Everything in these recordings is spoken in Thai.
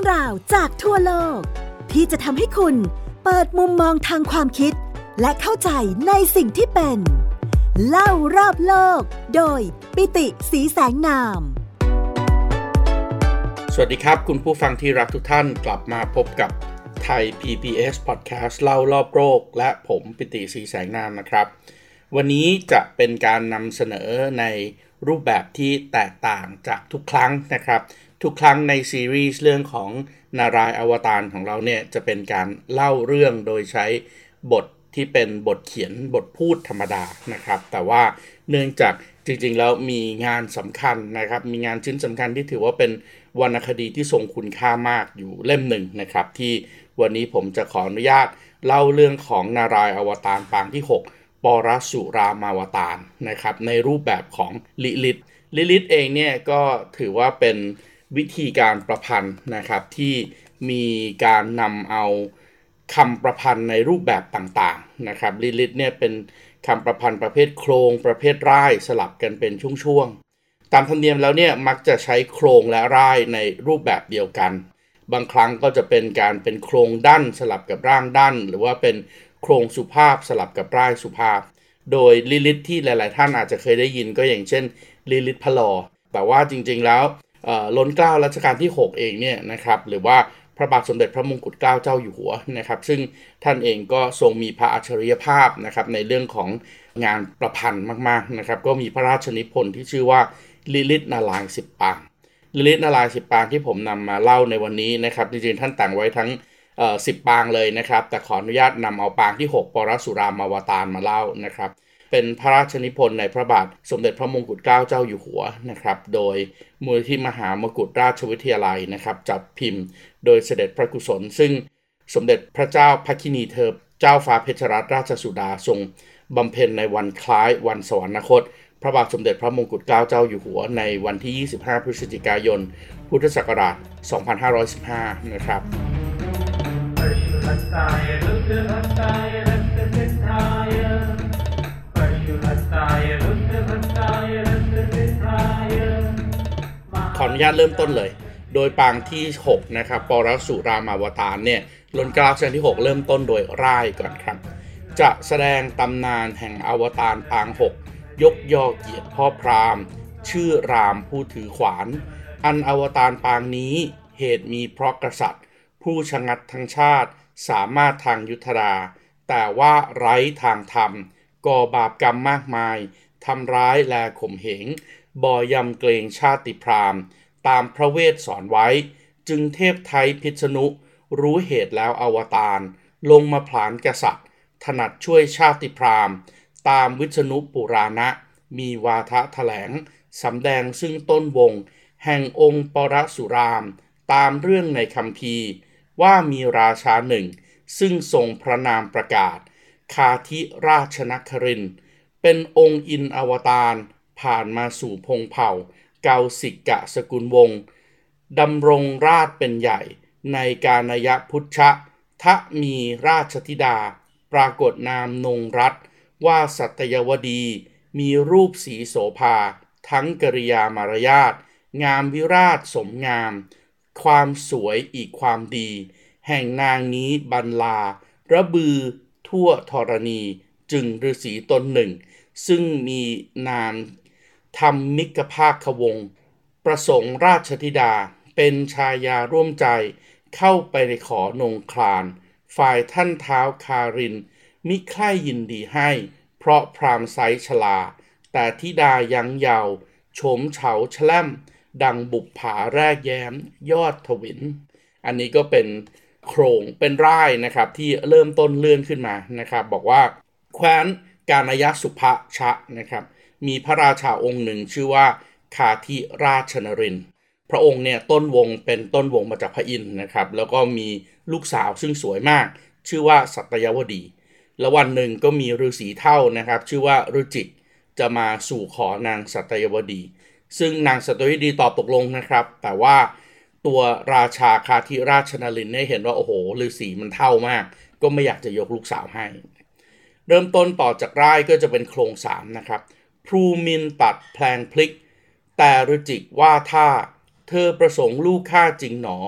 ราวจากทั่วโลกที่จะทำให้คุณเปิดมุมมองทางความคิดและเข้าใจในสิ่งที่เป็นเล่ารอบโลกโดยปิติศรีแสงนามสวัสดีครับคุณผู้ฟังที่รักทุกท่านกลับมาพบกับไทย PBS Podcast เล่ารอบโลกและผมปิติศรีแสงนามนะครับวันนี้จะเป็นการนำเสนอในรูปแบบที่แตกต่างจากทุกครั้งนะครับทุกครั้งในซีรีส์เรื่องของนารายณ์อวตารของเราเนี่ยจะเป็นการเล่าเรื่องโดยใช้บทที่เป็นบทเขียนบทพูดธรรมดานะครับแต่ว่าเนื่องจากจริงๆแล้วมีงานสำคัญนะครับมีงานชิ้นสำคัญที่ถือว่าเป็นวรรณคดีที่ทรงคุณค่ามากอยู่เล่มหนึ่งนะครับที่วันนี้ผมจะขออนุญาตเล่าเรื่องของนารายณ์อวตารปางที่6ปรสุรามาวตารนะครับในรูปแบบของลิลิตเองเนี่ยก็ถือว่าเป็นวิธีการประพันธ์นะครับที่มีการนำเอาคำประพันธ์ในรูปแบบต่างๆนะครับลิลิตเนี่ยเป็นคำประพันธ์ประเภทโครงประเภทร่ายสลับกันเป็นช่วงๆตามธรรมเนียมแล้วเนี่ยมักจะใช้โครงและร่ายในรูปแบบเดียวกันบางครั้งก็จะเป็นการเป็นโครงด้านสลับกับร่างด้านหรือว่าเป็นโครงสุภาพสลับกับร่ายสุภาพโดยลิลิตที่หลายๆท่านอาจจะเคยได้ยินก็อย่างเช่นลิลิตพะลอแต่ว่าจริงๆแล้วล้นเกล้ารัชกาลที่6เองเนี่ยนะครับหรือว่าพระบาทสมเด็จพระมงกุฎเกล้าเจ้าอยู่หัวนะครับซึ่งท่านเองก็ทรงมีพระอัจฉริยภาพนะครับในเรื่องของงานประพันธ์มากๆนะครับก็มีพระราชนิพนธ์ที่ชื่อว่าลิลิตนารายณ์10ปางลิลิตนารายณ์10ปางที่ผมนำมาเล่าในวันนี้นะครับจริงๆท่านแต่งไว้ทั้ง10ปางเลยนะครับแต่ขออนุญาตนำเอาปางที่6ปรสุรามาวตารมาเล่านะครับเป็นพระราชนิพนธ์ในพระบาทสมเด็จพระมงกุฎเกล้าเจ้าอยู่หัวนะครับโดยมูลนิธิมหามกุฎราชวิทยาลัยนะครับจัดพิมพ์โดยเสด็จพระกุศลซึ่งสมเด็จพระเจ้าพัคินีเธอเจ้าฟ้าเพชรรัตนราชสุดาทรงบำเพ็ญในวันคล้ายวันสวรรคตพระบาทสมเด็จพระมงกุฎเกล้าเจ้าอยู่หัวในวันที่25พฤศจิกายนพุทธศักราช2515นะครับขออนุญาตเริ่มต้นเลยโดยปางที่6นะครับปรสุรามาวตารเนี่ยล้นเกล้ารัชกาลที่6เริ่มต้นโดยร่ายก่อนครับจะแสดงตำนานแห่งอวตารปาง6ยกย่อเกียรติพ่อพราหมณ์ชื่อรามผู้ถือขวานอันอวตารปางนี้เหตุมีเพราะกษัตริย์ผู้ชงัดทั้งชาติสามารถทางยุทธดาแต่ว่าไร้ทางธรรมก่อบาปกรรมมากมายทำร้ายและข่มเหงบ่อยำเกรงชาติพราหมณ์ตามพระเวทสอนไว้จึงเทพไทยพิษณุรู้เหตุแล้วอวตารลงมาผลาญกษัตริย์ถนัดช่วยชาติพราหมณ์ตามวิษณุปุราณะมีวาทะแถลงสำแดงซึ่งต้นวงแห่งองค์ปรสุรามตามเรื่องในคัมภีร์ว่ามีราชาหนึ่งซึ่งทรงพระนามประกาศคาธิราชนครินทร์เป็นองค์อินอวตารผ่านมาสู่พงเผ่าเกาสิกะสกุลวงศ์ดำรงราชเป็นใหญ่ในกาณยพุทธะทะมีราชธิดาปรากฏนามนงรัตน์ว่าสัตยวดีมีรูปสีโสภาทั้งกริยามารยาทงามวิราชสมงามความสวยอีกความดีแห่งนางนี้บรรลาระบือทั่วธรณีจึงฤาษีตนหนึ่งซึ่งมีนามธรรมิกภาควงศ์ประสงค์ราชธิดาเป็นชายาร่วมใจเข้าไปในขอนงคลานฝ่ายท่านเท้าคารินมิใคร่ยินดีให้เพราะพราหมณ์ไซชลาแต่ธิดายั้งเยาว์โฉมเฉาแชล่มดังบุปผาแรกแย้มยอดทวินอันนี้ก็เป็นโครงเป็นร่ายนะครับที่เริ่มต้นเรื่องขึ้นมานะครับบอกว่าแคว้นกาณยสุภชะนะครับมีพระราชาองค์หนึ่งชื่อว่าคาธิราชนรินทร์พระองค์เนี่ยต้นวงเป็นต้นวงมาจากพระอินทร์นะครับแล้วก็มีลูกสาวซึ่งสวยมากชื่อว่าสัตยวดีแล้ววันหนึ่งก็มีฤาษีเฒ่านะครับชื่อว่าฤจิกจะมาสู่ขอนางสัตยวดีซึ่งนางสัตยวดีตอบตกลงนะครับแต่ว่าตัวราชาคาธิราชนรินทร์เนี่ยเห็นว่าโอ้โหฤาษีมันเฒ่ามากก็ไม่อยากจะยกลูกสาวให้เริ่มต้นต่อจากร่ายก็จะเป็นโครง3นะครับพลูมินตัดแพลงพลิกแต่ฤจิกว่าถ้าเธอประสงค์ลูกข้าจริงหนอ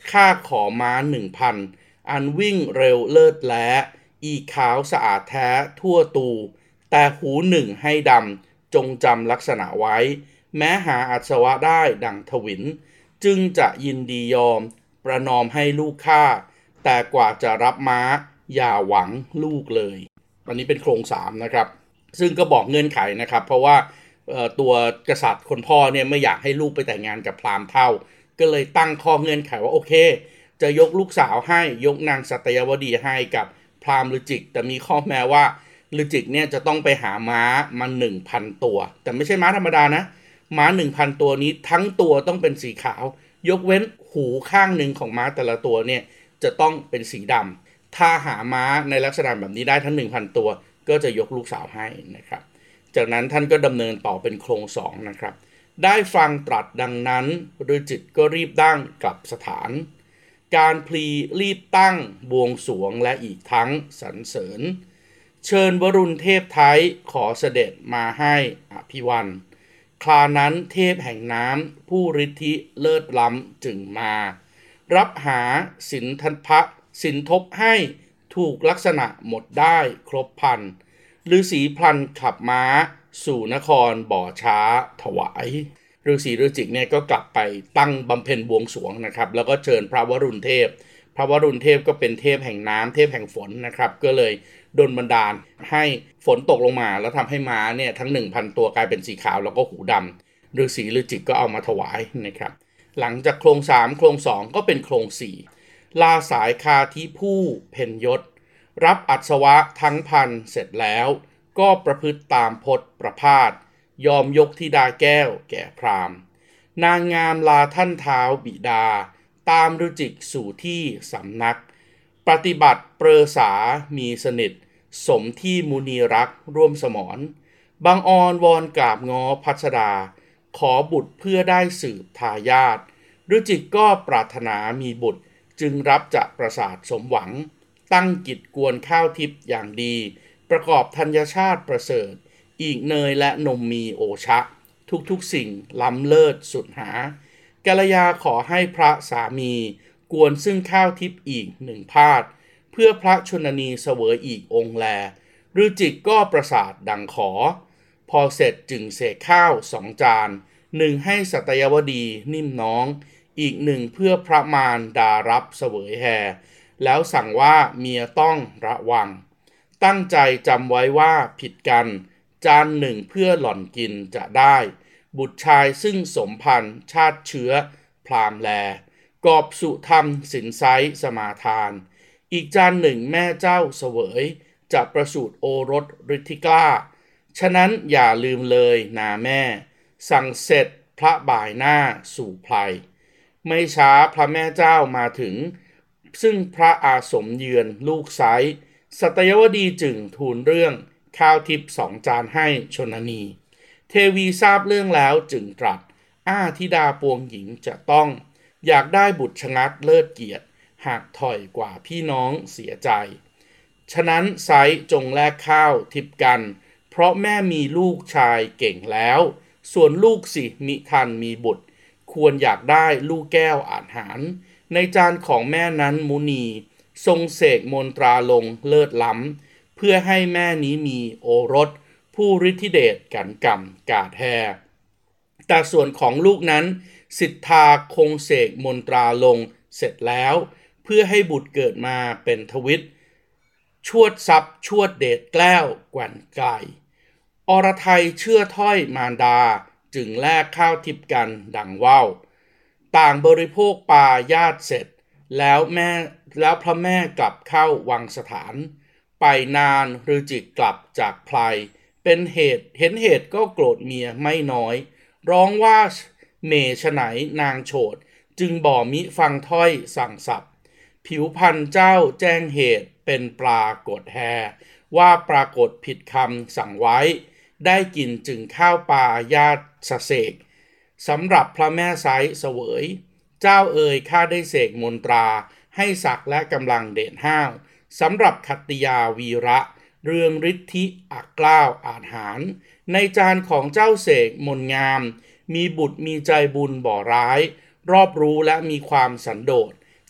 ข้าขอม้า 1,000 อันวิ่งเร็วเลิศแล้อีขาวสะอาดแท้ทั่วตูแต่หูหนึ่งให้ดำจงจำลักษณะไว้แม้หาอัศวะได้ดังทวินจึงจะยินดียอมประนอมให้ลูกข้าแต่กว่าจะรับม้าอย่าหวังลูกเลยอันนี้เป็นโครง3นะครับซึ่งก็บอกเงื่อนไขนะครับเพราะว่าตัวกษัตริย์คนพ่อเนี่ยไม่อยากให้ลูกไปแต่งงานกับพราหมณ์เฒ่าก็เลยตั้งข้อเงื่อนไขว่าโอเคจะยกลูกสาวให้ยกนางสัตยวดีให้กับพราหมณ์ฤจิกแต่มีข้อแม้ว่าฤจิกเนี่ยจะต้องไปหาม้ามา 1,000 ตัวแต่ไม่ใช่ม้าธรรมดานะม้า 1,000 ตัวนี้ทั้งตัวต้องเป็นสีขาวยกเว้นหูข้างหนึ่งของม้าแต่ละตัวเนี่ยจะต้องเป็นสีดำถ้าหาม้าในลักษณะแบบนี้ได้ทั้ง 1,000 ตัวก็จะยกลูกสาวให้นะครับจากนั้นท่านก็ดำเนินต่อเป็นโครง2นะครับได้ฟังตรัสดังนั้นฤจิกก็รีบตั้งกลับสถานการพลีรีบตั้งบวงสรวงและอีกทั้งสรรเสริญเชิญวรุณเทพไทยขอเสด็จมาให้อภิวันครานั้นเทพแห่งน้ำผู้ฤทธิเลิศล้ำจึงมารับหาสินทัพสินทบให้ถูกลักษณะหมดได้ครบพันฤาษีพลันขับม้าสู่นครบ่อช้าถวายฤาษีฤจิกเนี่ยก็กลับไปตั้งบำเพ็ญบวงสรวงนะครับแล้วก็เชิญพระวรุณเทพพระวรุณเทพก็เป็นเทพแห่งน้ำเทพแห่งฝนนะครับก็เลยดลบันดาลให้ฝนตกลงมาแล้วทำให้ม้าเนี่ยทั้ง 1,000 ตัวกลายเป็นสีขาวแล้วก็หูดำฤาษีฤจิกก็เอามาถวายนะครับหลังจากโครง3โครง2ก็เป็นโครง4ลาสายคาทิผู้เพ็ญยศรับอัศวะทั้งพันเสร็จแล้วก็ประพฤติตามพจน์ประพาสยอมยกธิดาแก้วแก่พราหมณ์นางงามลาท่านเท้าบิดาตามฤจิกสู่ที่สำนักปฏิบัติเปรอสามีสนิทสมที่มุนีรักร่วมสมรบางออนวอนกราบง้อพัสดาขอบุตรเพื่อได้สืบทายาทฤจิกก็ปรารถนามีบุตรจึงรับจะประสาทสมหวังตั้งกิจกวนข้าวทิพย์อย่างดีประกอบธัญชาติประเสริฐอีกเนยและนมมีโอชะทุกๆสิ่งล้ำเลิศสุดหากัลยาขอให้พระสามีกวนซึ่งข้าวทิพย์อีก1 พาดเพื่อพระชนนีเสวยอีกองค์แลฤจิกก็ประสาทดังขอพอเสร็จจึงเสกข้าว2 จาน1ให้สัตยวดีนิ่มน้องอีก1เพื่อพระมารดารับเสวยแห่แล้วสั่งว่าเมียต้องระวังตั้งใจจำไว้ว่าผิดกันจาน1เพื่อหล่อนกินจะได้บุตรชายซึ่งสมพันธ์ชาติเชื้อพราหมณ์แลกอบสุธรรมสินไซสมาทานอีกจาน1แม่เจ้าเสวยจะประสูติโอรสฤทธิกล้าฉะนั้นอย่าลืมเลยนาแม่สั่งเสร็จพระบ่ายหน้าสู่ไพรไม่ช้าพระแม่เจ้ามาถึงซึ่งพระอาสมเยือนลูกไซสัตยวดีจึงทูลเรื่องข้าวทิพย์2 จานให้ชนนีเทวีทราบเรื่องแล้วจึงตรัสธิดาปวงหญิงจะต้องอยากได้บุตรชงัดเลิศเกียรติหากถอยกว่าพี่น้องเสียใจฉะนั้นไซจงแลกข้าวทิพย์กันเพราะแม่มีลูกชายเก่งแล้วส่วนลูกสิมิทันมีบุตรควรอยากได้ลูกแก้วอาหารในจานของแม่นั้นมุนีทรงเสกมนตราลงเลิศล้ำเพื่อให้แม่นี้มีโอรสผู้ฤทธิเดชกันกำกาดแห่แต่ส่วนของลูกนั้นสิทธาคงเสกมนตราลงเสร็จแล้วเพื่อให้บุตรเกิดมาเป็นทวิตชวดทรัพย์ชวดเดชแกล้วแกว่นไกลอรไทยเชื่อถ้อยมารดาจึงแลกข้าวทิพย์กันดังว่าวต่างบริโภคปลาญาติเสร็จแล้วพระแม่กลับเข้าวังสถานไปนานฤจิกกลับจากไพรเป็นเหตุเห็นเหตุก็โกรธเมียไม่น้อยร้องว่าเมฉไหนนางโฉดจึงบ่มิฟังถ้อยสั่งสับผิวพันเจ้าแจ้งเหตุเป็นปรากฏแฮว่าปรากฏผิดคำสั่งไว้ได้กินจึงข้าวปลาญาติเสกสำหรับพระแม่ไซเสวยเจ้าเอ๋ยข้าได้เสกมนตราให้ศักดิ์และกำลังเด่นห้าวสำหรับขัตติยาวีระเรืองฤทธิอักกล้าวอาจหารในจานของเจ้าเสกมนงามมีบุตรมีใจบุญบ่อร้ายรอบรู้และมีความสันโดษ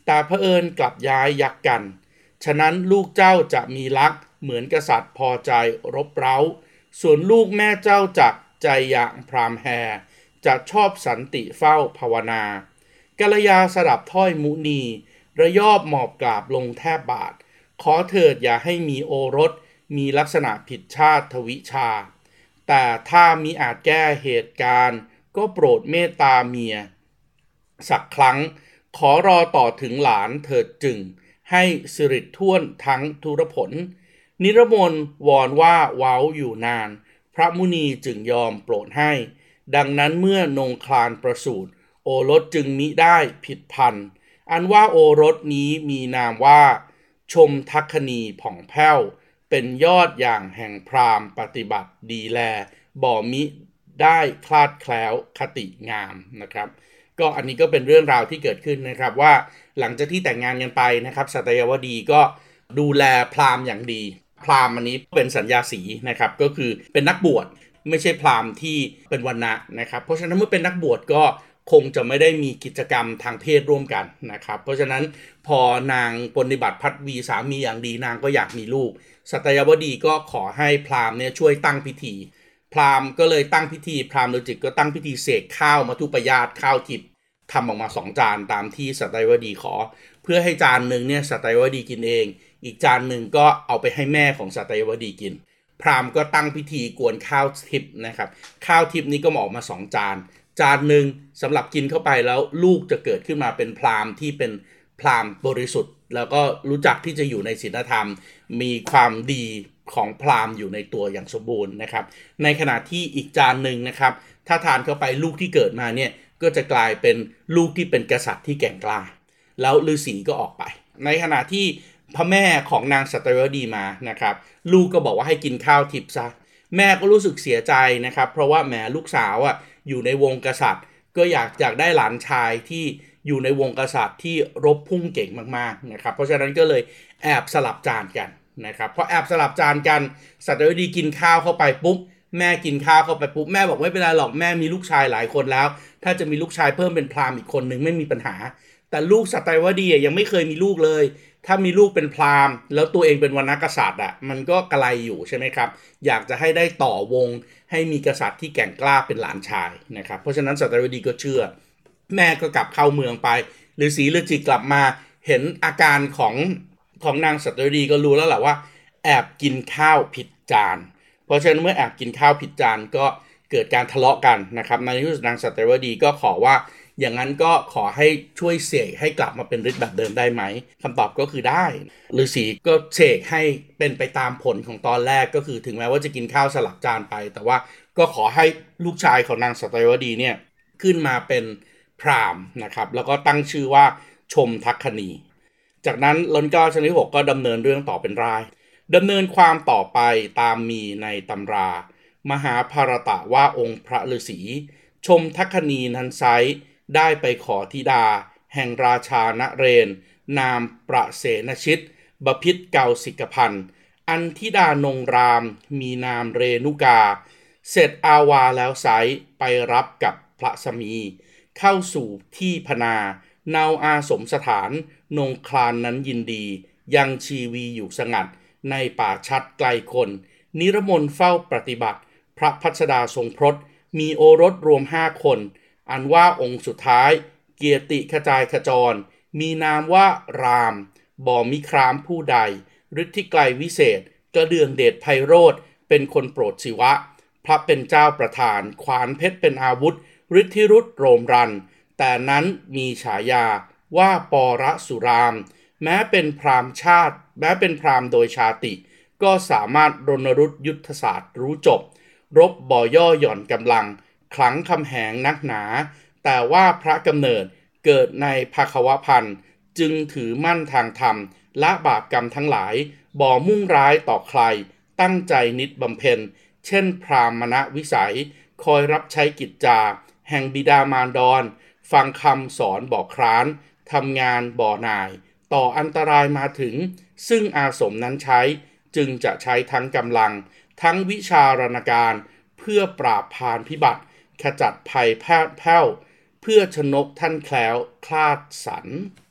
แต่เผอิญกลับย้ายยักกันฉะนั้นลูกเจ้าจะมีลักษณ์เหมือนกษัตริย์พอใจรบเร้าส่วนลูกแม่เจ้าจักใจอย่างพรามแฮจะชอบสันติเฝ้าภาวนากัลยาสดับถ้อยมุนีระยอบหมอบกราบลงแทบบาทขอเถิดอย่าให้มีโอรสมีลักษณะผิดชาติทวิชาแต่ถ้ามิอาจแก้เหตุการณ์ก็โปรดเมตตาเมียสักครั้งขอรอต่อถึงหลานเถิดจึงให้สิริท่วนทั้งทุรผลนิรมนวอนว่าเว้าอยู่นานพระมุนีจึงยอมโปรดให้ดังนั้นเมื่อนงคลานประสูติโอรสจึงมิได้ผิดพันอันว่าโอรสนี้มีนามว่าชมทัคคณีผ่องแผ้วเป็นยอดอย่างแห่งพราหมณ์ปฏิบัติดีแลบ่มิได้คลาดแคล้วคติงามนะครับก็อันนี้ก็เป็นเรื่องราวที่เกิดขึ้นนะครับว่าหลังจากที่แต่งงานกันไปนะครับสัตยวดีก็ดูแลพราหมณ์อย่างดีพราหมณ์อันนี้เป็นสัญญาสีนะครับก็คือเป็นนักบวชไม่ใช่พราหมณ์ที่เป็นวรรณะนะครับเพราะฉะนั้นเมื่อเป็นนักบวชก็คงจะไม่ได้มีกิจกรรมทางเพศร่วมกันนะครับเพราะฉะนั้นพอนางปฏิบัติพัดวีสามีอย่างดีนางก็อยากมีลูกสัตยวดีก็ขอให้พราหมณ์เนี่ยช่วยตั้งพิธีพราหมณ์ก็เลยตั้งพิธีพราหมณ์โลจิกก็ตั้งพิธีเสกข้าวมัทุปยาตข้าวทิพย์ทำออกมา2จานตามที่สัตยวดีขอเพื่อให้จานหนึ่งเนี่ยสัตยวดีกินเองอีกจานหนึ่งก็เอาไปให้แม่ของสัตยวดีกินพราหมณ์ก็ตั้งพิธีกวนข้าวทิพย์นะครับข้าวทิพย์นี้ก็ออกมา2จานหนึ่งสำหรับกินเข้าไปแล้วลูกจะเกิดขึ้นมาเป็นพราหมณ์ที่เป็นพราหมณ์บริสุทธิ์แล้วก็รู้จักที่จะอยู่ในศีลธรรมมีความดีของพราหมณ์อยู่ในตัวอย่างสมบูรณ์นะครับในขณะที่อีกจานหนึ่งนะครับถ้าทานเข้าไปลูกที่เกิดมาเนี่ยก็จะกลายเป็นลูกที่เป็นกษัตริย์ที่แก่งกล้าแล้วฤาษีก็ออกไปในขณะที่พระแม่ของนางสัตยวดีมานะครับลูกก็บอกว่าให้กินข้าวทิพย์ซะแม่ก็รู้สึกเสียใจนะครับเพราะว่าแหมลูกสาวอยู่ในวงกษัตริย์ก็อยากได้หลานชายที่อยู่ในวงกษัตริย์ที่รบพุ่งเก่งมากๆนะครับเพราะฉะนั้นก็เลยแอบสลับจานกันนะครับพอแอบสลับจานกันสัตยวดีกินข้าวเข้าไปปุ๊บแม่กินข้าวเข้าไปปุ๊บแม่บอกไม่เป็นไรหรอกแม่มีลูกชายหลายคนแล้วถ้าจะมีลูกชายเพิ่มเป็นพราหมณ์อีกคนนึงไม่มีปัญหาแต่ลูกสัตยวดียังไม่เคยมีลูกเลยถ้ามีลูกเป็นพราหมณ์แล้วตัวเองเป็นวรรณกษัตริย์มันก็กระไรอยู่ใช่ไหมครับอยากจะให้ได้ต่อวงให้มีกษัตริย์ที่แก่งกล้าเป็นหลานชายนะครับเพราะฉะนั้นสัตยวดีก็เชื่อแม่ก็กลับเข้าเมืองไปฤาษีฤาษีกลับมาเห็นอาการของนางสัตยวดีก็รู้แล้วแหละว่าแอบกินข้าวผิดจานเพราะฉะนั้นเมื่อแอบกินข้าวผิดจานก็เกิดการทะเลาะกันนะครับในที่สุดนางสัตยวดีก็ขอว่าอย่างนั้นก็ขอให้ช่วยเสกให้กลับมาเป็นฤทธิ์แบบเดิมได้ไหมคำตอบก็คือได้ฤาษีก็เสกให้เป็นไปตามผลของตอนแรกก็คือถึงแม้ว่าจะกินข้าวสลับจานไปแต่ว่าก็ขอให้ลูกชายของนางสัตยวดีเนี่ยขึ้นมาเป็นพราหมณ์นะครับแล้วก็ตั้งชื่อว่าชมทัคคณีจากนั้นรัชกาลที่ 6ก็ดำเนินเรื่องต่อเป็นรายดำเนินความต่อไปตามมีในตำรามหาภารตะว่าองค์พระฤาษีชมทัคคณีนั้นไซได้ไปขอธิดาแห่งราชานเรนนามประเสนชิตบพิตรเกาสิกพันธ์อันธิดานงรามมีนามเรนุกาเสร็จอาวาแล้วไซไปรับกับพระสมีเข้าสู่ที่พนาเนาอาสมสถานนงคลานนั้นยินดียังชีวีอยู่สงัดในป่าชัดไกลคนนิรมนเฝ้าปฏิบัติพระพัสดาทรงพรตมีโอรสรวม5 คนอันว่าองค์สุดท้ายเกียรติขจายขจรมีนามว่ารามบ่มิครามผู้ใดฤทธิไกลวิเศษกระเดืองเดชไพโรธเป็นคนโปรดศิวะพระเป็นเจ้าประธานขวานเพชรเป็นอาวุธฤทธิรุธโรมรันแต่นั้นมีฉายาว่าปรสุรามแม้เป็นพราหมณ์ชาติแม้เป็นพราหมณ์โดยชาติก็สามารถรณรุตยุทธศาสตร์รู้จบรบบ่อย่อหย่อนกำลังขลังคำแหงนักหนาแต่ว่าพระกำเนิดเกิดในภควพันธ์จึงถือมั่นทางธรรมละบาปกรรมทั้งหลายบ่มุ่งร้ายต่อใครตั้งใจนิดบำเพ็ญเช่นพราหมณวิสัยคอยรับใช้กิจจาแห่งบิดามารดรฟังคำสอนบอกคร้านทำงานบ่อนายต่ออันตรายมาถึงซึ่งอาสมนั้นใช้จึงจะใช้ทั้งกำลังทั้งวิชารณการเพื่อปราบพานพิบัติขจัดภัยแพ้วเพื่อชนกท่านแคล้วคลาดสรร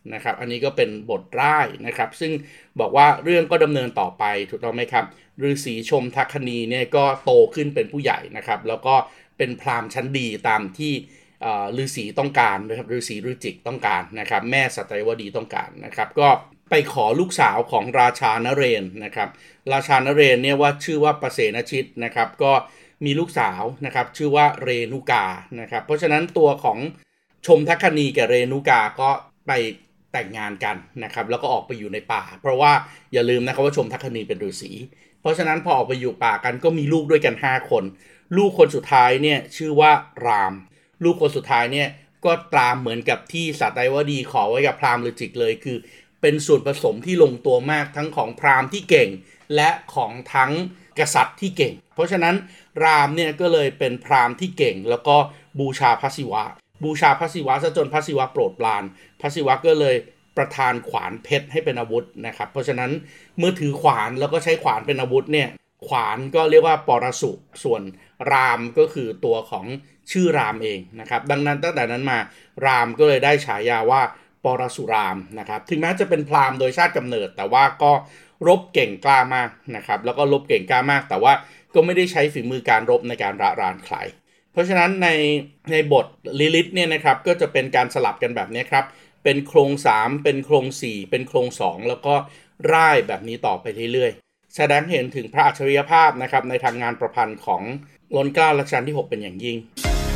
นะครับอันนี้ก็เป็นบทร่ายนะครับซึ่งบอกว่าเรื่องก็ดำเนินต่อไปถูกต้องไหมครับฤาษีชมทัคคณีเนี่ยก็โตขึ้นเป็นผู้ใหญ่นะครับแล้วก็เป็นพราหมณ์ชั้นดีตามที่ฤาษีต้องการนะครับฤาษีฤจิกต้องการนะครับแม่สัตยวดีต้องการนะครับก็ไปขอลูกสาวของราชานเรนนะครับราชานเรนเนี่ยว่าชื่อว่าประเสนชิตนะครับก็มีลูกสาวนะครับชื่อว่าเรนุกานะครับเพราะฉะนั้นตัวของชมทัคคณีกับเรนุกาก็ไปแต่งงานกันนะครับแล้วก็ออกไปอยู่ในป่าเพราะว่าอย่าลืมนะครับว่าชมทัคคณีเป็นฤาษีเพราะฉะนั้นพอออกไปอยู่ป่ากันก็มีลูกด้วยกัน5คนลูกคนสุดท้ายเนี่ยชื่อว่ารามลูกคนสุดท้ายเนี่ยก็ตามเหมือนกับที่สัตยวดีขอไว้กับพราหมณ์ฤจิกเลยคือเป็นส่วนผสมที่ลงตัวมากทั้งของพราหมณ์ที่เก่งและของทั้งกษัตริย์ที่เก่งเพราะฉะนั้นรามเนี่ยก็เลยเป็นพราหมณ์ที่เก่งแล้วก็บูชาพระศิวะซะจนพระศิวะโปรดปรานพระศิวะก็เลยประทานขวานเพชรให้เป็นอาวุธนะครับเพราะฉะนั้นเมื่อถือขวานแล้วก็ใช้ขวานเป็นอาวุธเนี่ยขวานก็เรียกว่าปรสุส่วนรามก็คือตัวของชื่อรามเองนะครับดังนั้นตั้งแต่นั้นมารามก็เลยได้ฉายาว่าปรสุรามนะครับถึงแม้จะเป็นพราหมณ์โดยชาติกำเนิดแต่ว่าก็รบเก่งกล้ามากนะครับแล้วก็รบเก่งกล้ามากแต่ว่าก็ไม่ได้ใช้ฝีมือการรบในการระรานใครเพราะฉะนั้นในบทลิลิตเนี่ยนะครับก็จะเป็นการสลับกันแบบนี้ครับเป็นโครง3เป็นโครง4เป็นโครง2แล้วก็ร่ายแบบนี้ต่อไปเรื่อยๆแสดงเห็นถึงพระอัจฉริยภาพนะครับในทางงานประพันธ์ของล้นเกล้ารัชกาลที่6เป็นอย่างยิ่ง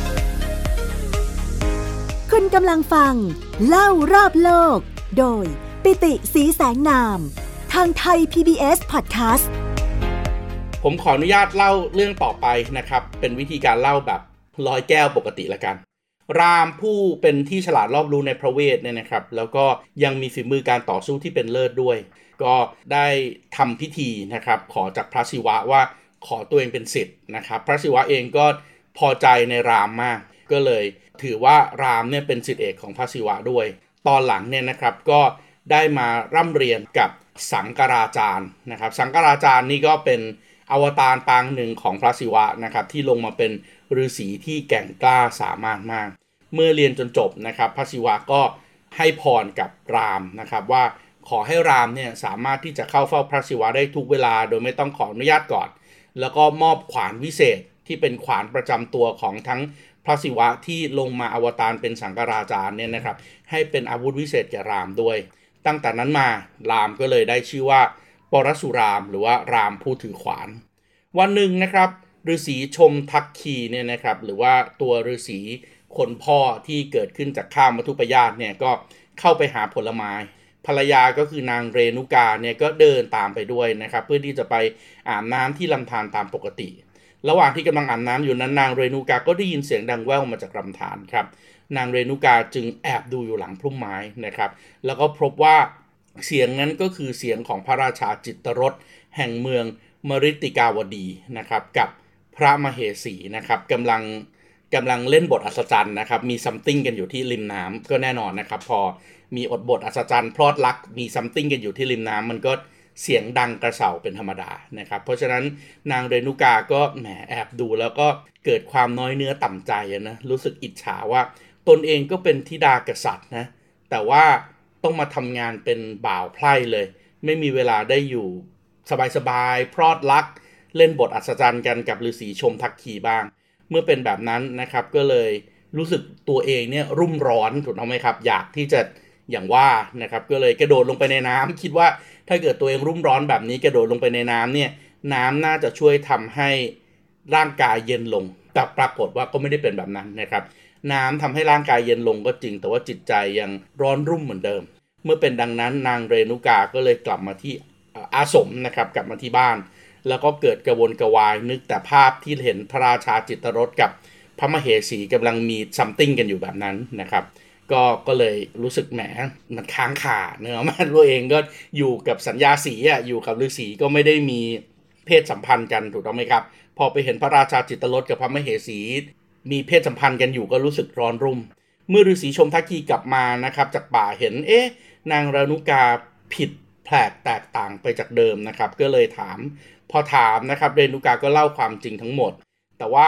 คุณกำลังฟังเล่ารอบโลกโดยปิติศรีแสงนามทางไทย PBS Podcast ผมขออนุญาตเล่าเรื่องต่อไปนะครับเป็นวิธีการเล่าแบบลอยแก้วปกติละกันรามผู้เป็นที่ฉลาดรอบรู้ในพระเวทเนี่ยนะครับแล้วก็ยังมีฝีมือการต่อสู้ที่เป็นเลิศด้วยก็ได้ทำพิธีนะครับขอจากพระศิวะว่าขอตัวเองเป็นศิษย์นะครับพระศิวะเองก็พอใจในรามมากก็เลยถือว่ารามเนี่ยเป็นศิษย์เอกของพระศิวะด้วยตอนหลังเนี่ยนะครับก็ได้มาร่ำเรียนกับสังกราจารย์นะครับสังกราจารย์นี่ก็เป็นอวตารปางหนึ่งของพระศิวะนะครับที่ลงมาเป็นฤาษีที่แกร่งกล้าสามารถมากเมื่อเรียนจนจบนะครับพระศิวะก็ให้พรกับรามนะครับว่าขอให้รามเนี่ยสามารถที่จะเข้าเฝ้าพระศิวะได้ทุกเวลาโดยไม่ต้องขออนุญาตก่อนแล้วก็มอบขวานวิเศษที่เป็นขวานประจำตัวของทั้งพระศิวะที่ลงมาอวตารเป็นสังกราจารย์เนี่ยนะครับให้เป็นอาวุธวิเศษแก่รามด้วยตั้งแต่นั้นมารามก็เลยได้ชื่อว่าปรสุรามหรือว่ารามผู้ถือขวานวันหนึ่งนะครับฤาษีชมทัคคีเนี่ยนะครับหรือว่าตัวฤาษีคนพ่อที่เกิดขึ้นจากข้าวมัทุปยาตเนี่ยก็เข้าไปหาผลไม้ภรรยาก็คือนางเรนุกาเนี่ยก็เดินตามไปด้วยนะครับเพื่อที่จะไปอาบน้ำที่ลำธารตามปกติระหว่างที่กำลังอาบน้ำอยู่นั้นนางเรนุกาก็ได้ยินเสียงดังแว่วมาจากลำธารครับนางเรนุกาจึงแอบดูอยู่หลังพุ่มไม้นะครับแล้วก็พบว่าเสียงนั้นก็คือเสียงของพระราชาจิตรรสแห่งเมืองมฤติกาวดีนะครับกับพระมเหสีนะครับกำลังเล่นบทอัศจรรย์นะครับมีซัมติงกันอยู่ที่ริมน้ำก็แน่นอนนะครับพอมีบทอัศจรรย์พลอดรักมีซัมติงกันอยู่ที่ริมน้ำมันก็เสียงดังกระเสาเป็นธรรมดานะครับเพราะฉะนั้นนางเรนุกาก็แหมแอบดูแล้วก็เกิดความน้อยเนื้อต่ำใจนะรู้สึกอิจฉาว่าตนเองก็เป็นธิดากษัตริย์นะแต่ว่าต้องมาทำงานเป็นบ่าวไพร่เลยไม่มีเวลาได้อยู่สบายๆพลอดรักเล่นบทอัศจรรย์กันกับฤาษีชมทัคคีบ้างเมื่อเป็นแบบนั้นนะครับก็เลยรู้สึกตัวเองเนี่ยรุ่มร้อนถูกต้องไหมครับอยากที่จะอย่างว่านะครับก็เลยกระโดดลงไปในน้ำคิดว่าถ้าเกิดตัวเองรุ่มร้อนแบบนี้กระโดดลงไปในน้ำเนี่ยน้ำน่าจะช่วยทำให้ร่างกายเย็นลงแต่ปรากฏว่าก็ไม่ได้เป็นแบบนั้นนะครับน้ำทำให้ร่างกายเย็นลงก็จริงแต่ว่าจิตใจยังร้อนรุ่มเหมือนเดิมเมื่อเป็นดังนั้นนางเรนุกาก็เลยกลับมาที่อาสมนะครับกลับมาที่บ้านแล้วก็เกิดกระวนกระวายนึกแต่ภาพที่เห็นพระราชาจิตรสกับพระมเหสีกำลังมีซัมติงกันอยู่แบบนั้นนะครับก็เลยรู้สึกแหมมันค้างคาเนื้อมันตัวเองก็อยู่กับสัญญาสีอยู่กับฤาษีก็ไม่ได้มีเพศสัมพันธ์กันถูกต้องไหมครับพอไปเห็นพระราชาจิตรสกับพระมเหสีมีเพศสัมพันธ์กันอยู่ก็รู้สึกร้อนรุ่มเมื่อฤาษีชมทัคคีกลับมานะครับจากป่าเห็นนางเรนุกาผิดแปลกแตกต่างไปจากเดิมนะครับก็เลยถามพอถามนะครับเรนุกาก็เล่าความจริงทั้งหมดแต่ว่า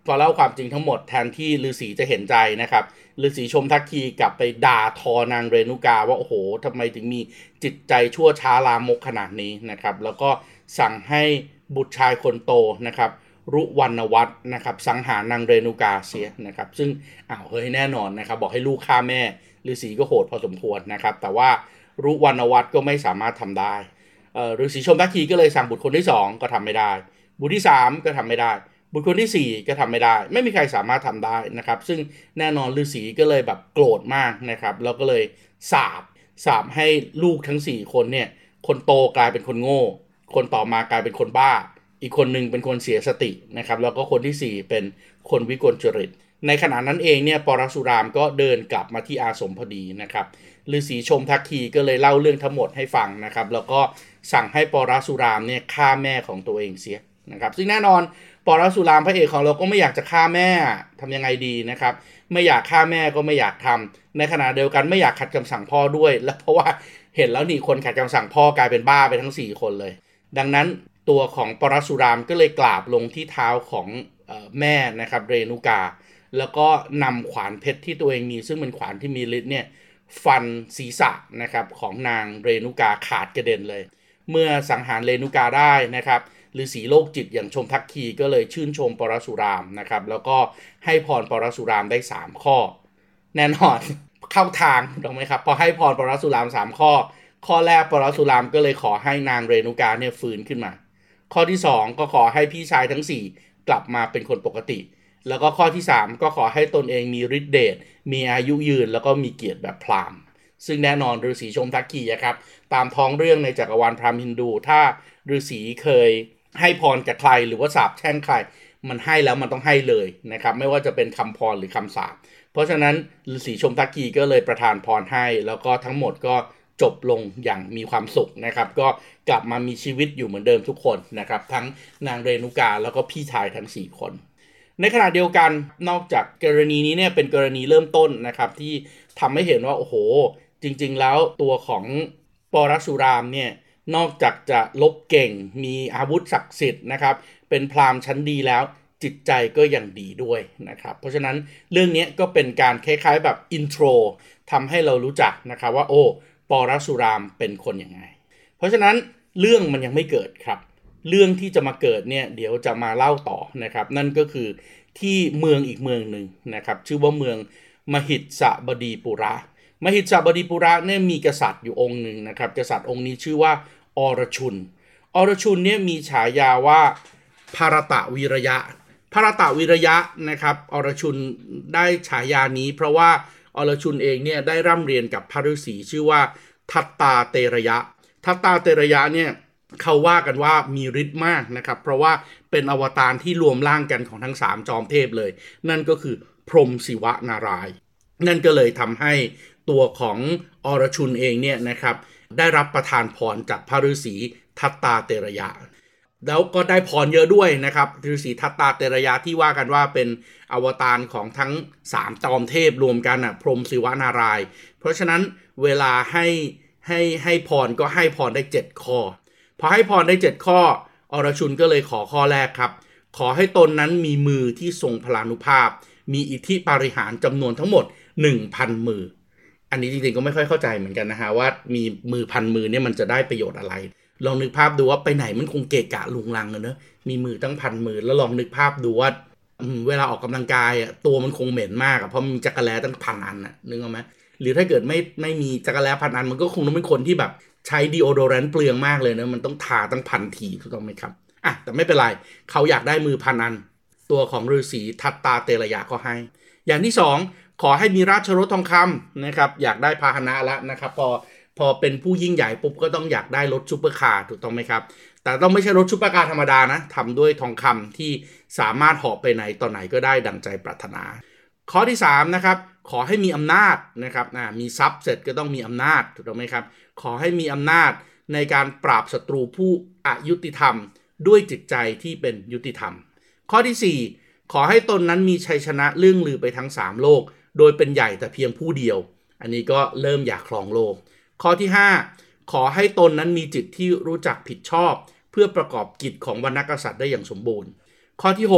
พอเล่าความจริงทั้งหมดแทนที่ฤาษีจะเห็นใจนะครับฤาษีชมทักคีกลับไปด่าทอนางเรณุกาว่าโอ้โหทำไมถึงมีจิตใจชั่วช้าลามกขนาดนี้นะครับแล้วก็สั่งให้บุตรชายคนโตนะครับรุวรรณวัฒน์นะครับสังหารนางเรณุกาเสียนะครับซึ่งเฮ้ยแน่นอนนะครับบอกให้ลูกฆ่าแม่ฤาษีก็โหดพอสมควรนะครับแต่ว่ารุวรรณวัฒน์ก็ไม่สามารถทำได้ฤาษีชมทักคีก็เลยสั่งบุตรคนที่2ก็ทำไม่ได้บุตรที่3ก็ทำไม่ได้บุตรคนที่4ก็ทำไม่ได้ไม่มีใครสามารถทำได้นะครับซึ่งแน่นอนฤาษีก็เลยแบบโกรธมากนะครับแล้วก็เลยสาปให้ลูกทั้ง4คนเนี่ยคนโตกลายเป็นคนโง่คนต่อมากลายเป็นคนบ้าอีกคนนึงเป็นคนเสียสตินะครับแล้วก็คนที่4เป็นคนวิกลจริตในขณะนั้นเองเนี่ยปรสุรามก็เดินกลับมาที่อาสมพอดีนะครับฤาษีชมทักคีก็เลยเล่าเรื่องทั้งหมดให้ฟังนะครับแล้วก็สั่งให้ปรสุรามเนี่ยฆ่าแม่ของตัวเองเสียนะครับซึ่งแน่นอนปรสุรามพระเอกของเราก็ไม่อยากจะฆ่าแม่ทำยังไงดีนะครับไม่อยากฆ่าแม่ก็ไม่อยากทำในขณะเดียวกันไม่อยากขัดคำสั่งพ่อด้วยและเพราะว่าเห็นแล้วนี่คนขัดคำสั่งพ่อกลายเป็นบ้าไปทั้ง4คนเลยดังนั้นตัวของปรสุรามก็เลยกราบลงที่เท้าของแม่นะครับเรณุกาแล้วก็นำขวานเพชรที่ตัวเองมีซึ่งเป็นขวานที่มีฤทธิ์เนี่ยฟันศีรษะนะครับของนางเรณุกาขาดกระเด็นเลยเมื่อสังหารเรณุกาได้นะครับฤาษีโรคจิตอย่างชมทักคีก็เลยชื่นชมปรสุรามนะครับแล้วก็ให้พรปรสุรามได้3ข้อแน่นอนเข้าทางถูกไหมครับพอให้พรปรสุราม3ข้อแรกปรสุรามก็เลยขอให้นางเรณุกาเนี่ยฟื้นขึ้นมาข้อที่2ก็ขอให้พี่ชายทั้ง4กลับมาเป็นคนปกติแล้วก็ข้อที่3ก็ขอให้ตนเองมีฤทธิ์เดชมีอายุยืนแล้วก็มีเกียรติแบบพราหมณ์ซึ่งแน่นอนฤาษีชมทักคีครับตามท้องเรื่องในจักรวาลพราหมณ์ฮินดูถ้าฤาษีเคยให้พรกับใครหรือว่าสาปแช่งใครมันให้แล้วมันต้องให้เลยนะครับไม่ว่าจะเป็นคำพรหรือคำสาปเพราะฉะนั้นฤาษีชมทักคีก็เลยประทานพรให้แล้วก็ทั้งหมดก็จบลงอย่างมีความสุขนะครับก็กลับมามีชีวิตอยู่เหมือนเดิมทุกคนนะครับทั้งนางเรณุกาแล้วก็พี่ชายทั้ง4คนในขณะเดียวกันนอกจากกรณีนี้เนี่ยเป็นกรณีเริ่มต้นนะครับที่ทำให้เห็นว่าโอ้โหจริงๆแล้วตัวของปรสุรามเนี่ยนอกจากจะลบเก่งมีอาวุธศักดิ์สิทธิ์นะครับเป็นพราหมณ์ชั้นดีแล้วจิตใจก็ยังดีด้วยนะครับเพราะฉะนั้นเรื่องนี้ก็เป็นการคล้ายๆแบบอินโทรทำให้เรารู้จักนะครับว่าโอ้ปรสุรามเป็นคนยังไงเพราะฉะนั้นเรื่องมันยังไม่เกิดครับเรื่องที่จะมาเกิดเนี่ยเดี๋ยวจะมาเล่าต่อนะครับนั่นก็คือที่เมืองอีกเมืองหนึ่งนะครับชื่อว่าเมืองมหิตสบดีปุระมหิตสบดีปุระเนี่ยมีกษัตริย์อยู่องค์หนึ่งนะครับกษัตริย์องค์นี้ชื่อว่าอรชุนเนี่ยมีฉายาว่าภารตะวีระยะนะครับอรชุนได้ฉายานี้เพราะว่าอรชุนเองเนี่ยได้ร่ำเรียนกับพระฤาษีชื่อว่าทัตตาเตระยะเนี่ยเขาว่ากันว่ามีฤทธิ์มากนะครับเพราะว่าเป็นอวตารที่รวมร่างกันของทั้ง3จอมเทพเลยนั่นก็คือพรหมศิวะนารายณ์นั่นก็เลยทำให้ตัวของอรชุนเองเนี่ยนะครับได้รับประทานพรจากพระฤาษีทัตตาเตระยะแล้วก็ได้พรเยอะด้วยนะครับฤาษีทัตตาเตระยะที่ว่ากันว่าเป็นอวตารของทั้ง3จอมเทพรวมกันพรหมศิวะนารายณ์เพราะฉะนั้นเวลาให้พรก็ให้พรได้7ข้อพอให้พรได้7ข้ออรชุนก็เลยขอข้อแรกครับขอให้ตนนั้นมีมือที่ทรงพลานุภาพมีอิทธิปาฏิหาริย์จำนวนทั้งหมด 1,000 มืออันนี้จริงๆก็ไม่ค่อยเข้าใจเหมือนกันนะฮะว่ามีมือพันมือเนี่ยมันจะได้ประโยชน์อะไรลองนึกภาพดูว่าไปไหนมันคงเกะกะลุงลังเนอะมีมือตั้งพันมือแล้วลองนึกภาพดูว่าเวลาออกกำลังกายตัวมันคงเหม็นมากเพราะมีจักรแล้ตั้งพันอันนึกออกไหมหรือถ้าเกิดไม่มีจักรแล้พันอันมันก็คงต้องเป็นคนที่แบบใช้ดีโอโดแรนต์เปลืองมากเลยนะมันต้องทาตั้งพันทีถูกต้องไหมครับแต่ไม่เป็นไรเขาอยากได้มือพันอันตัวของฤาษีทัตตาเตระยะก็ให้อย่างที่2ขอให้มีราชรถทองคำนะครับอยากได้พาหนะแล้วนะครับพอเป็นผู้ยิ่งใหญ่ปุ๊บก็ต้องอยากได้รถซุปเปอร์คาร์ถูกต้องไหมครับแต่ต้องไม่ใช่รถซุปเปอร์คาร์ธรรมดานะทำด้วยทองคำที่สามารถเหาะไปไหนต่อไหนก็ได้ดังใจปรารถนาข้อที่3นะครับขอให้มีอำนาจนะครับมีทรัพย์เสร็จก็ต้องมีอำนาจถูกต้องไหมครับขอให้มีอำนาจในการปราบศัตรูผู้อยุติธรรมด้วยจิตใจที่เป็นยุติธรรมข้อที่4ขอให้ตนนั้นมีชัยชนะเรื่องลือไปทั้ง3โลกโดยเป็นใหญ่แต่เพียงผู้เดียวอันนี้ก็เริ่มอยากครองโลกข้อที่5ขอให้ตนนั้นมีจิตที่รู้จักผิดชอบเพื่อประกอบกิจของวรรณกษัตริย์ได้อย่างสมบูรณ์ข้อที่6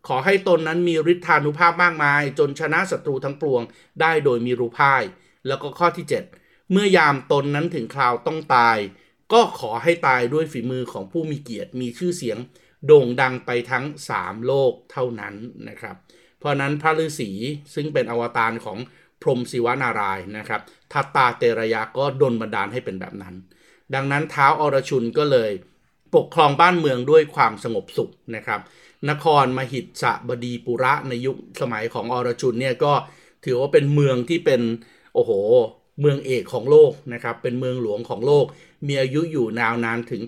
ขอให้ตนนั้นมีฤทธานุภาพมากมายจนชนะศัตรูทั้งปวงได้โดยมีรู้พ่ายแล้วก็ข้อที่7เมื่อยามตนนั้นถึงคราวต้องตายก็ขอให้ตายด้วยฝีมือของผู้มีเกียรติมีชื่อเสียงโด่งดังไปทั้ง3โลกเท่านั้นนะครับเพราะนั้นพระฤาษีซึ่งเป็นอวตารของพรหมศิวนารายณ์นะครับทัตตาเตระยะก็ดลบันดาลให้เป็นแบบนั้นดังนั้นท้าวอรชุนก็เลยปกครองบ้านเมืองด้วยความสงบสุขนะครับนครมหิทสบดีปุระในยุคสมัยของอรชุนเนี่ยก็ถือว่าเป็นเมืองที่เป็นเมืองเอกของโลกนะครับเป็นเมืองหลวงของโลกมีอายุอยู่ยาวนานถึง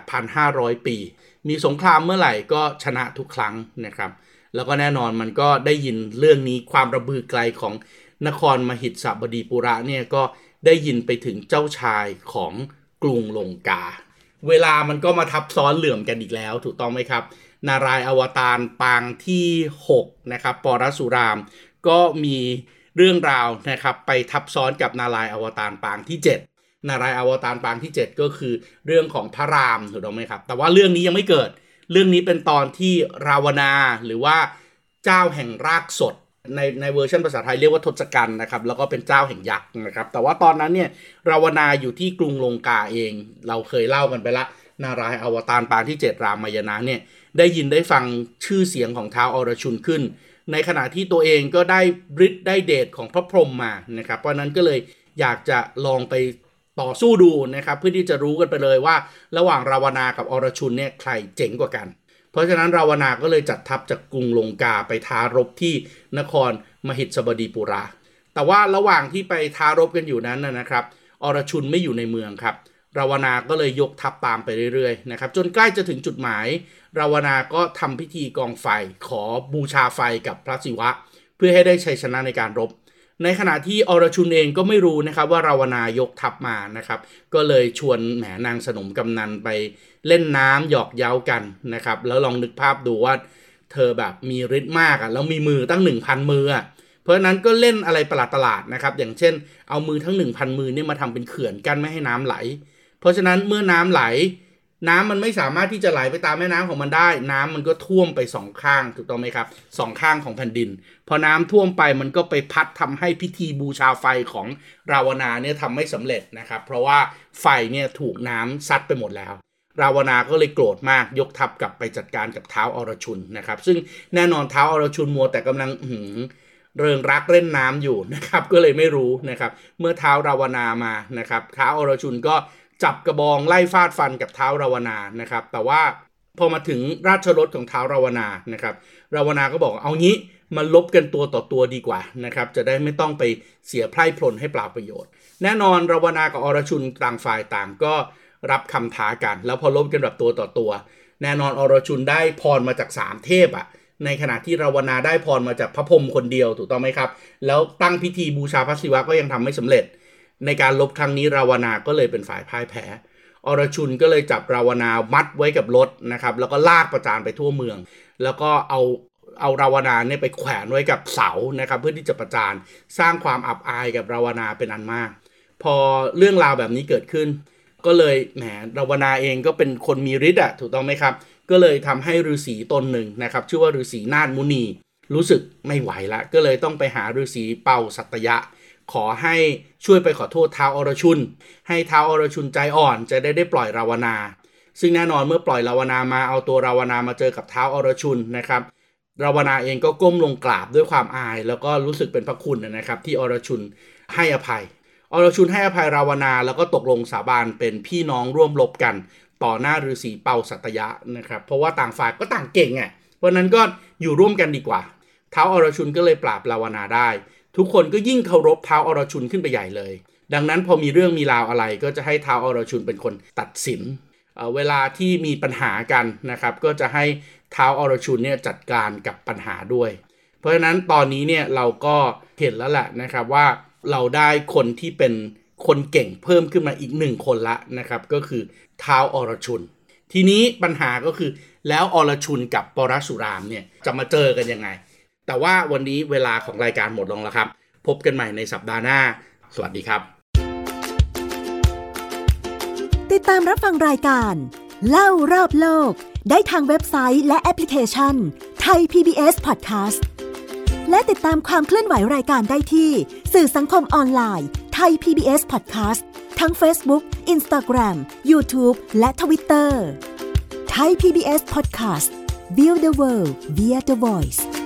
8,500 ปีมีสงครามเมื่อไหร่ก็ชนะทุกครั้งนะครับแล้วก็แน่นอนมันก็ได้ยินเรื่องนี้ความระบือไกลของนครมหิทสบดีปุระเนี่ยก็ได้ยินไปถึงเจ้าชายของกรุงลงกาเวลามันก็มาทับซ้อนเหลื่อมกันอีกแล้วถูกต้องไหมครับนารายณ์อวตารปางที่6นะครับปรสุรามก็มีเรื่องราวนะครับไปทับซ้อนกับนารายณ์อวตารปางที่7นารายณ์อวตารปางที่7ก็คือเรื่องของพระรามถูกต้องไหมครับแต่ว่าเรื่องนี้ยังไม่เกิดเรื่องนี้เป็นตอนที่ราวณาหรือว่าเจ้าแห่งรากสดในเวอร์ชันภาษาไทยเรียกว่าทศกัณฐ์นะครับแล้วก็เป็นเจ้าแห่งยักษ์นะครับแต่ว่าตอนนั้นเนี่ยราวณาอยู่ที่กรุงลงกาเองเราเคยเล่ากันไปละนารายณ์อวตารปางที่7รามายณะเนี่ยได้ยินได้ฟังชื่อเสียงของท้าวอรชุนขึ้นในขณะที่ตัวเองก็ได้ฤทธิ์ได้เดชของพระพรหมมานะครับเพราะนั้นก็เลยอยากจะลองไปต่อสู้ดูนะครับเพื่อที่จะรู้กันไปเลยว่าระหว่างราวณากับอรชุนเนี่ยใครเจ๋งกว่ากันเพราะฉะนั้นราวณาก็เลยจัดทัพจากกรุงลงกาไปท้ารบที่นครมหิทสบดีปุระแต่ว่าระหว่างที่ไปท้ารบกันอยู่นั้นนะครับอรชุนไม่อยู่ในเมืองครับราวณาก็เลยยกทัพตามไปเรื่อยๆนะครับจนใกล้จะถึงจุดหมายราวณาก็ทำพิธีกองไฟขอบูชาไฟกับพระศิวะเพื่อให้ได้ชัยชนะในการรบในขณะที่อรชุนเองก็ไม่รู้นะครับว่าราวณายกทัพมานะครับก็เลยชวนแหมนางสนมกำนันไปเล่นน้ำหยอกเย้ากันนะครับแล้วลองนึกภาพดูว่าเธอแบบมีฤทธิ์มากแล้วมีมือตั้ง 1,000 มือเพราะฉะนั้นก็เล่นอะไรประหลาดๆนะครับอย่างเช่นเอามือทั้ง 1,000 มือเนี่ยมาทำเป็นเขื่อนกั้นไม่ให้น้ำไหลเพราะฉะนั้นเมื่อน้ำไหลน้ำมันไม่สามารถที่จะไหลไปตามแม่น้ำของมันได้น้ำมันก็ท่วมไป2ข้างถูกต้องไหมครับ2ข้างของแผ่นดินพอน้ำท่วมไปมันก็ไปพัดทำให้พิธีบูชาไฟของราวณาเนี่ยทำไม่สำเร็จนะครับเพราะว่าไฟเนี่ยถูกน้ำซัดไปหมดแล้วราวณาก็เลยโกรธมากยกทัพกลับไปจัดการกับท้าวอรชุนนะครับซึ่งแน่นอนท้าวอรชุนมัวแต่กำลังเริงรักเล่นน้ำอยู่นะครับก็เลยไม่รู้นะครับเมื่อท้าวราวณามานะครับท้าวอรชุนก็จับกระบองไล่ฟาดฟันกับท้าวราวณานะครับแต่ว่าพอมาถึงราชรถของท้าวราวณานะครับราวณาก็บอกเอางี้มาลบกันตัวต่อตัวดีกว่านะครับจะได้ไม่ต้องไปเสียไพร่พลให้เปล่าประโยชน์แน่นอนราวณากับอรชุนต่างฝ่ายต่างก็รับคำท้ากันแล้วพอลบกันแบบตัวต่อตัวแน่นอนอรชุนได้พรมาจาก3เทพในขณะที่ราวณาได้พรมาจากพระพรหมคนเดียวถูกต้องไหมครับแล้วตั้งพิธีบูชาพระศิวะก็ยังทำไม่สำเร็จในการลบครั้งนี้ราวณาก็เลยเป็นฝ่ายพ่ายแพ้อรชุนก็เลยจับราวณามัดไว้กับรถนะครับแล้วก็ลากประจานไปทั่วเมืองแล้วก็เอาราวณาเนี่ยไปแขวนไว้กับเสานะครับเพื่อที่จะประจานสร้างความอับอายกับราวณาเป็นอันมากพอเรื่องราวแบบนี้เกิดขึ้นก็เลยแหมราวณาเองก็เป็นคนมีฤทธิ์ถูกต้องไหมครับก็เลยทำให้ฤาษีตนหนึ่งนะครับชื่อว่าฤาษีนาถมุนีรู้สึกไม่ไหวละก็เลยต้องไปหาฤาษีเป่าสัตยะขอให้ช่วยไปขอโทษท้าวอรชุนให้ท้าวอรชุนใจอ่อนจะได้ปล่อยราวณาซึ่งแน่นอนเมื่อปล่อยราวณามาเอาตัวราวณามาเจอกับท้าวอรชุนนะครับราวณาเองก็ก้มลงกราบด้วยความอายแล้วก็รู้สึกเป็นพระคุณนะครับที่อรชุนให้อภัยอรชุนให้อภัยราวณาแล้วก็ตกลงสาบานเป็นพี่น้องร่วมรบกันต่อหน้าฤาษีเป่าสัตยะนะครับเพราะว่าต่างฝ่ายก็ต่างเก่งเพราะนั้นก็อยู่ร่วมกันดีกว่าท้าวอรชุนก็เลยปราบราวณาได้ทุกคนก็ยิ่งเคารพท้าวอรชุนขึ้นไปใหญ่เลยดังนั้นพอมีเรื่องมีราวอะไรก็จะให้ท้าวอรชุนเป็นคนตัดสินเวลาที่มีปัญหากันนะครับก็จะให้ท้าวอรชุนเนี่ยจัดการกับปัญหาด้วยเพราะฉะนั้นตอนนี้เนี่ยเราก็เห็นแล้วแหละนะครับว่าเราได้คนที่เป็นคนเก่งเพิ่มขึ้นมาอีก1คนละนะครับก็คือท้าวอรชุนทีนี้ปัญหาก็คือแล้วอรชุนกับปรสุรามเนี่ยจะมาเจอกันยังไงแต่ว่าวันนี้เวลาของรายการหมดลงแล้วครับพบกันใหม่ในสัปดาห์หน้าสวัสดีครับติดตามรับฟังรายการเล่ารอบโลกได้ทางเว็บไซต์และแอปพลิเคชันไท Thai PBS Podcast และติดตามความเคลื่อนไหวรายการได้ที่สื่อสังคมออนไลน์ Thai PBS Podcast ทั้ง Facebook, Instagram, YouTube และ Twitter Thai PBS Podcast View the world via the voice